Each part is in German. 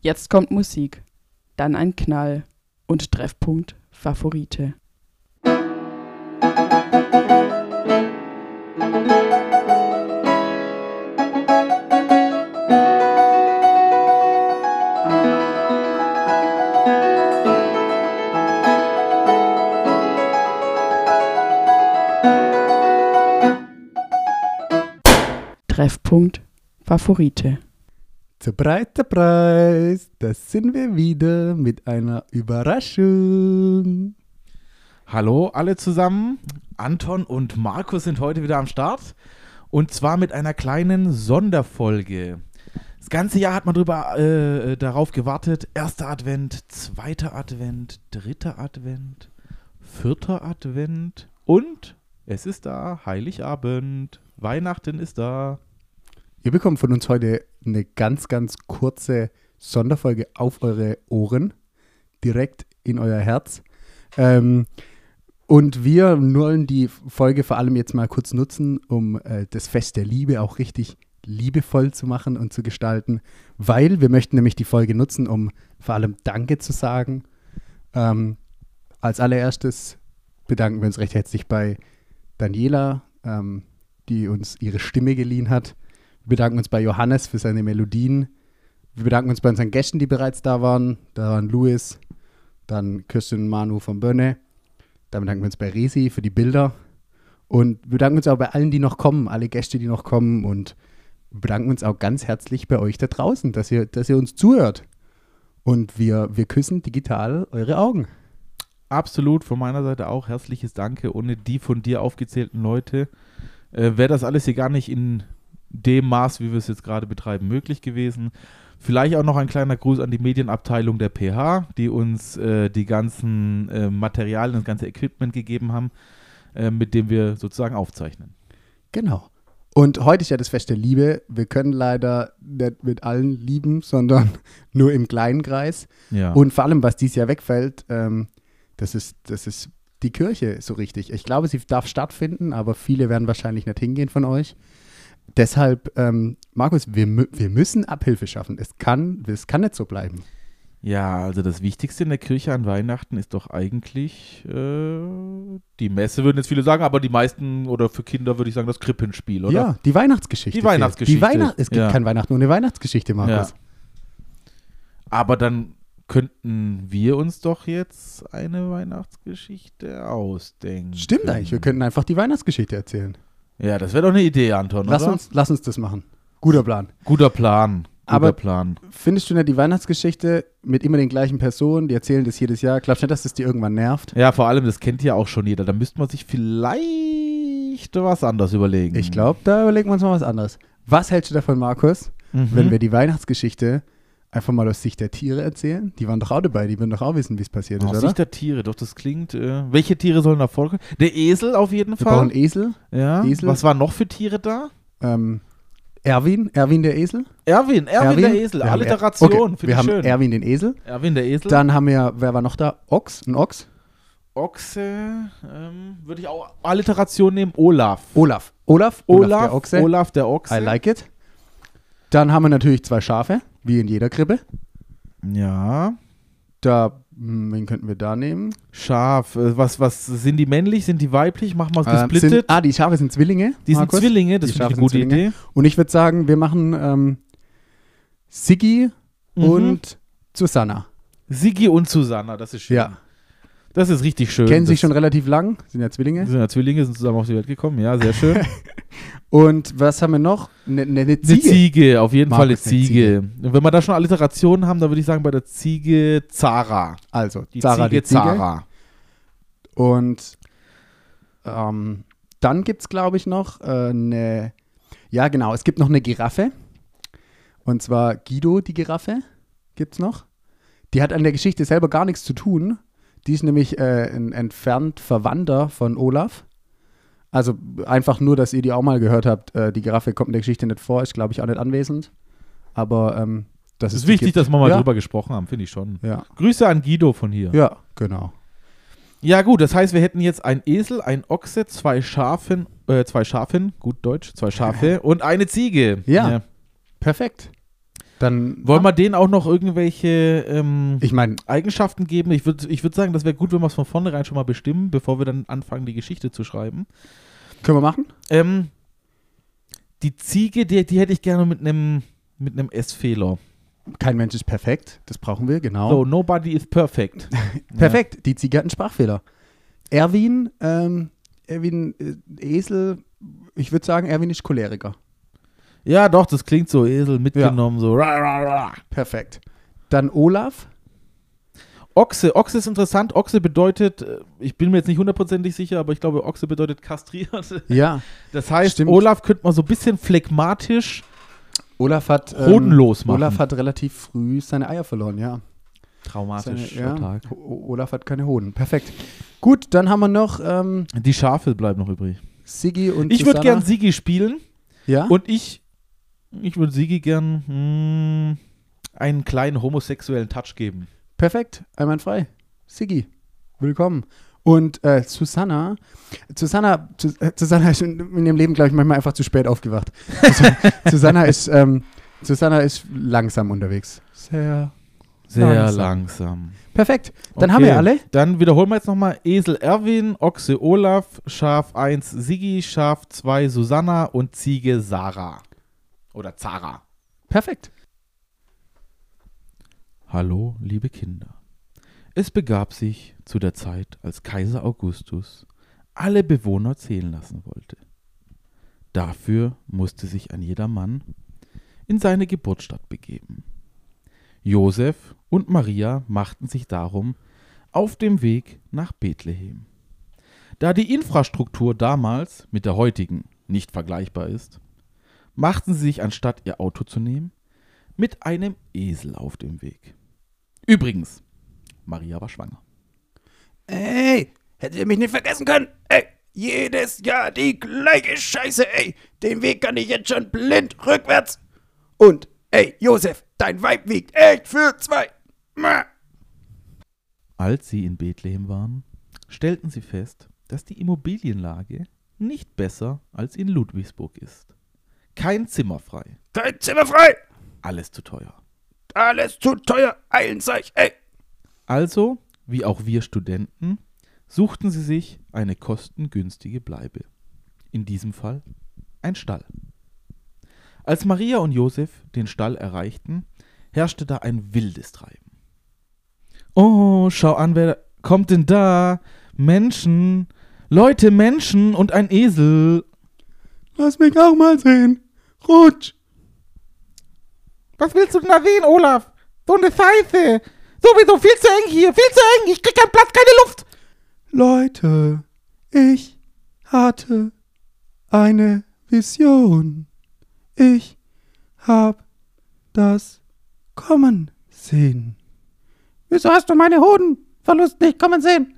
Jetzt kommt Musik, dann ein Knall und Treffpunkt Favorite. Treffpunkt Favorite. Zur breiter Preis, da sind wir wieder mit einer Überraschung. Hallo alle zusammen, Anton und Markus sind heute wieder am Start und zwar mit einer kleinen Sonderfolge. Das ganze Jahr hat man darauf gewartet, 1. Advent, 2. Advent, 3. Advent, 4. Advent und es ist da, Heiligabend, Weihnachten ist da. Ihr bekommt von uns heute eine ganz, ganz kurze Sonderfolge auf eure Ohren, direkt in euer Herz. Und wir wollen die Folge vor allem jetzt mal kurz nutzen, um das Fest der Liebe auch richtig liebevoll zu machen und zu gestalten, weil wir möchten nämlich die Folge nutzen, um vor allem Danke zu sagen. Als allererstes bedanken wir uns recht herzlich bei Daniela, die uns ihre Stimme geliehen hat. Wir bedanken uns bei Johannes für seine Melodien. Wir bedanken uns bei unseren Gästen, die bereits da waren. Da waren Louis, dann Kirsten und Manu von Bönne. Dann bedanken wir uns bei Resi für die Bilder. Und wir bedanken uns auch bei allen, die noch kommen, alle Gäste, die noch kommen. Und wir bedanken uns auch ganz herzlich bei euch da draußen, dass ihr uns zuhört. Und wir küssen digital eure Augen. Absolut, von meiner Seite auch herzliches Danke. Ohne die von dir aufgezählten Leute wäre das alles hier gar nicht in dem Maß, wie wir es jetzt gerade betreiben, möglich gewesen. Vielleicht auch noch ein kleiner Gruß an die Medienabteilung der PH, die uns die ganzen Materialien, das ganze Equipment gegeben haben, mit dem wir sozusagen aufzeichnen. Genau. Und heute ist ja das Fest der Liebe. Wir können leider nicht mit allen lieben, sondern nur im kleinen Kreis. Ja. Und vor allem, was dieses Jahr wegfällt, das ist die Kirche so richtig. Ich glaube, sie darf stattfinden, aber viele werden wahrscheinlich nicht hingehen von euch. Deshalb, Markus, wir müssen Abhilfe schaffen. Es kann nicht so bleiben. Ja, also das Wichtigste in der Kirche an Weihnachten ist doch eigentlich die Messe, würden jetzt viele sagen, aber die meisten oder für Kinder würde ich sagen das Krippenspiel, oder? Ja, die Weihnachtsgeschichte. Die Weihnachtsgeschichte. Es gibt kein Weihnachten ohne Weihnachtsgeschichte, Markus. Ja. Aber dann könnten wir uns doch jetzt eine Weihnachtsgeschichte ausdenken. Stimmt eigentlich, wir könnten einfach die Weihnachtsgeschichte erzählen. Ja, das wäre doch eine Idee, Anton, Lass oder? uns das machen. Guter Plan. Guter Plan. Findest du nicht die Weihnachtsgeschichte mit immer den gleichen Personen, die erzählen das jedes Jahr? Glaubst du nicht, dass das dir irgendwann nervt? Ja, vor allem, das kennt ja auch schon jeder. Da müsste man sich vielleicht was anderes überlegen. Ich glaube, da überlegen wir uns mal was anderes. Was hältst du davon, Markus, wenn wir die Weihnachtsgeschichte einfach mal aus Sicht der Tiere erzählen? Die waren doch auch dabei, die würden doch auch wissen, wie es passiert ist, aus oder? Sicht der Tiere, doch, das klingt. Welche Tiere sollen da vorkommen? Der Esel auf jeden Wir Fall. brauchen Esel. Ja. Esel. Was waren noch für Tiere da? Erwin der Esel. Erwin der Esel. Alliteration, finde ich schön. Wir haben Erwin den Esel. Erwin der Esel. Dann haben wir, wer war noch da? Ein Ochs. Ochse, würde ich auch Alliteration nehmen. Olaf Der Ochse. Olaf der Ochse. I like it. Dann haben wir natürlich 2 Schafe, wie in jeder Krippe. Ja. Wen könnten wir da nehmen? Schaf. Was sind die männlich? Sind die weiblich? Machen wir es gesplittet? Die Schafe sind Zwillinge. Die sind Markus. Zwillinge, das Die finde ich Schafe eine gute sind Zwillinge. Idee. Und ich würde sagen, wir machen Siggi und Susanna. Siggi und Susanna, das ist schön. Ja. Das ist richtig schön. Kennen sich schon relativ lang, sind ja Zwillinge. Sind zusammen auf die Welt gekommen, ja, sehr schön. Und was haben wir noch? Eine Ziege. Eine Ziege, auf jeden Markus, Fall eine Ziege. Und wenn wir da schon Alliterationen haben, dann würde ich sagen bei der Ziege Zara. Also, Die Zara, Ziege die Ziege. Zara. Und dann gibt es, glaube ich, noch ja genau, es gibt noch eine Giraffe. Und zwar Guido, die Giraffe, gibt es noch. Die hat an der Geschichte selber gar nichts zu tun. Die ist nämlich ein entfernt Verwandter von Olaf. Also einfach nur, dass ihr die auch mal gehört habt. Die Giraffe kommt in der Geschichte nicht vor, ist, glaube ich, auch nicht anwesend. Aber das ist wichtig, dass wir mal drüber gesprochen haben, finde ich schon. Ja. Grüße an Guido von hier. Ja, genau. Ja gut, das heißt, wir hätten jetzt ein Esel, ein Ochse, 2 Schafe und eine Ziege. Ja. Perfekt. Dann Wollen wir denen auch noch irgendwelche ich meine, Eigenschaften geben? Ich würd sagen, das wäre gut, wenn wir es von vornherein schon mal bestimmen, bevor wir dann anfangen, die Geschichte zu schreiben. können wir machen? Die Ziege, die hätte ich gerne mit einem S-Fehler. Kein Mensch ist perfekt, das brauchen wir, genau. So, nobody is perfect. Perfekt, die Ziege hat einen Sprachfehler. Erwin, Esel, ich würde sagen, Erwin ist Choleriker. Ja, doch, das klingt so, Esel mitgenommen, so. Perfekt. Dann Olaf. Ochse ist interessant. Ochse bedeutet, ich bin mir jetzt nicht hundertprozentig sicher, aber ich glaube, Ochse bedeutet kastriert. Ja. Das heißt, Stimmt. Olaf könnte man so ein bisschen phlegmatisch Olaf hat hodenlos machen. Olaf hat relativ früh seine Eier verloren, ja. Traumatisch. Tag. Olaf hat keine Hoden. Perfekt. Gut, dann haben wir noch Die Schafe bleiben noch übrig. Siggi und Ich würde Susanna. gern Siggi spielen Ja? und ich würde Siggi gern einen kleinen homosexuellen Touch geben. Perfekt, einwandfrei. Siggi, willkommen. Und Susanna ist in ihrem Leben, glaube ich, manchmal einfach zu spät aufgewacht. Susanna ist langsam unterwegs. Sehr langsam. Perfekt, dann haben wir alle. Dann wiederholen wir jetzt nochmal Esel Erwin, Ochse Olaf, Schaf 1 Siggi, Schaf 2 Susanna und Ziege Sarah. Oder Zara. Perfekt. Hallo, liebe Kinder. Es begab sich zu der Zeit, als Kaiser Augustus alle Bewohner zählen lassen wollte. Dafür musste sich ein jeder Mann in seine Geburtsstadt begeben. Josef und Maria machten sich darum auf dem Weg nach Bethlehem. Da die Infrastruktur damals mit der heutigen nicht vergleichbar ist, machten sie sich, anstatt ihr Auto zu nehmen, mit einem Esel auf dem Weg. Übrigens, Maria war schwanger. Ey, hättet ihr mich nicht vergessen können? Ey, jedes Jahr die gleiche Scheiße, ey. Den Weg kann ich jetzt schon blind rückwärts. Und, ey, Josef, dein Weib wiegt echt für 2. Als sie in Bethlehem waren, stellten sie fest, dass die Immobilienlage nicht besser als in Ludwigsburg ist. Kein Zimmer frei, Kein Zimmer frei. alles zu teuer. Alles zu teuer. Eilen, sag ich, ey. Also, wie auch wir Studenten, suchten sie sich eine kostengünstige Bleibe. In diesem Fall ein Stall. Als Maria und Josef den Stall erreichten, herrschte da ein wildes Treiben. Oh, schau an, wer kommt denn da? Menschen, Leute, Menschen und ein Esel. Lass mich auch mal sehen. Rutsch. Was willst du denn da sehen, Olaf? So eine Scheiße. Sowieso viel zu eng hier, viel zu eng. Ich krieg keinen Platz, keine Luft. Leute, ich hatte eine Vision. Ich hab das kommen sehen. Wieso hast du meine Hodenverlust nicht kommen sehen?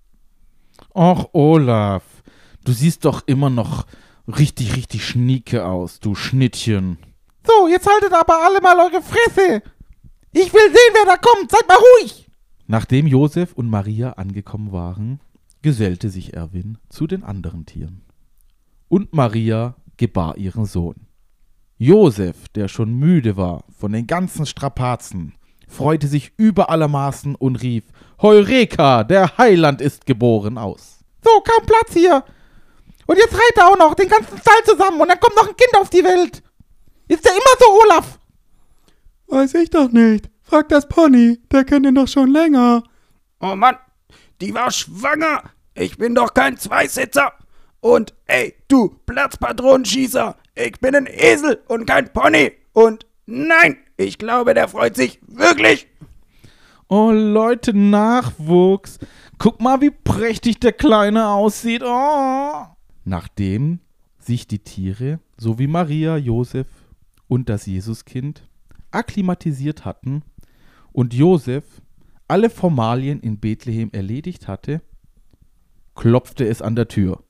Och, Olaf, du siehst doch immer noch richtig, richtig schnieke aus, du Schnittchen. So, jetzt haltet aber alle mal eure Fresse. Ich will sehen, wer da kommt. Seid mal ruhig. Nachdem Josef und Maria angekommen waren, gesellte sich Erwin zu den anderen Tieren. Und Maria gebar ihren Sohn. Josef, der schon müde war von den ganzen Strapazen, freute sich über allermaßen und rief: Heureka, der Heiland ist geboren aus. So, kaum Platz hier. Und jetzt reiht er auch noch den ganzen Stall zusammen und dann kommt noch ein Kind auf die Welt. Ist der immer so, Olaf? Weiß ich doch nicht. Frag das Pony, der kennt ihn doch schon länger. Oh Mann, die war schwanger. Ich bin doch kein Zweisitzer. Und ey, du Platzpatronenschießer, ich bin ein Esel und kein Pony. Und nein, ich glaube, der freut sich wirklich. Oh Leute, Nachwuchs. Guck mal, wie prächtig der Kleine aussieht. Oh. Nachdem sich die Tiere sowie Maria, Josef und das Jesuskind akklimatisiert hatten und Josef alle Formalien in Bethlehem erledigt hatte, klopfte es an der Tür.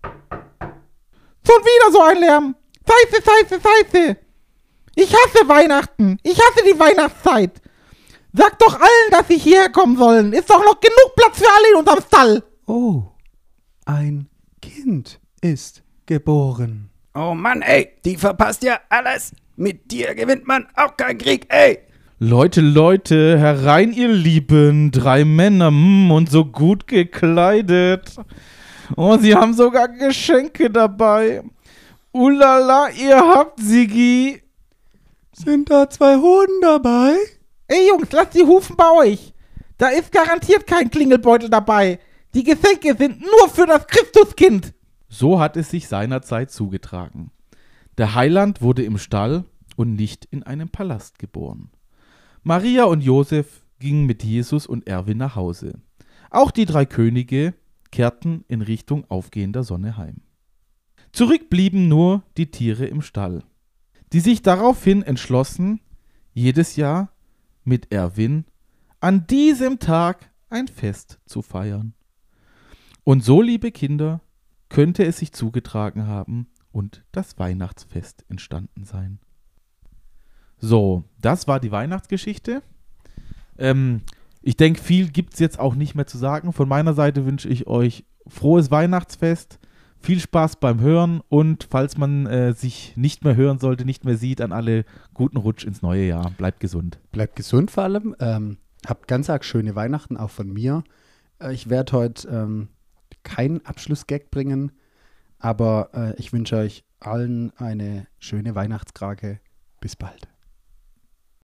Schon wieder so ein Lärm. Scheiße, scheiße, scheiße. Ich hasse Weihnachten. Ich hasse die Weihnachtszeit. Sag doch allen, dass sie hierher kommen sollen. Ist doch noch genug Platz für alle in unserem Stall. Oh, ein Kind ist geboren. Oh Mann, ey, die verpasst ja alles. Mit dir gewinnt man auch keinen Krieg, ey. Leute, herein ihr Lieben, 3 Männer, und so gut gekleidet. Oh, sie haben sogar Geschenke dabei. Ulala, ihr habt Sigi. Sind da 2 Hoden dabei? Ey Jungs, lasst die Hufen bei euch. Da ist garantiert kein Klingelbeutel dabei. Die Geschenke sind nur für das Christuskind. So hat es sich seinerzeit zugetragen. Der Heiland wurde im Stall und nicht in einem Palast geboren. Maria und Josef gingen mit Jesus und Erwin nach Hause. Auch die 3 Könige kehrten in Richtung aufgehender Sonne heim. Zurück blieben nur die Tiere im Stall, die sich daraufhin entschlossen, jedes Jahr mit Erwin an diesem Tag ein Fest zu feiern. Und so, liebe Kinder, könnte es sich zugetragen haben und das Weihnachtsfest entstanden sein. So, das war die Weihnachtsgeschichte. Ich denke, viel gibt es jetzt auch nicht mehr zu sagen. Von meiner Seite wünsche ich euch frohes Weihnachtsfest, viel Spaß beim Hören und falls man sich nicht mehr hören sollte, nicht mehr sieht, an alle guten Rutsch ins neue Jahr. Bleibt gesund. Bleibt gesund vor allem. Habt ganz arg schöne Weihnachten, auch von mir. Ich werde heute keinen Abschlussgag bringen, aber ich wünsche euch allen eine schöne Weihnachtskrake. Bis bald.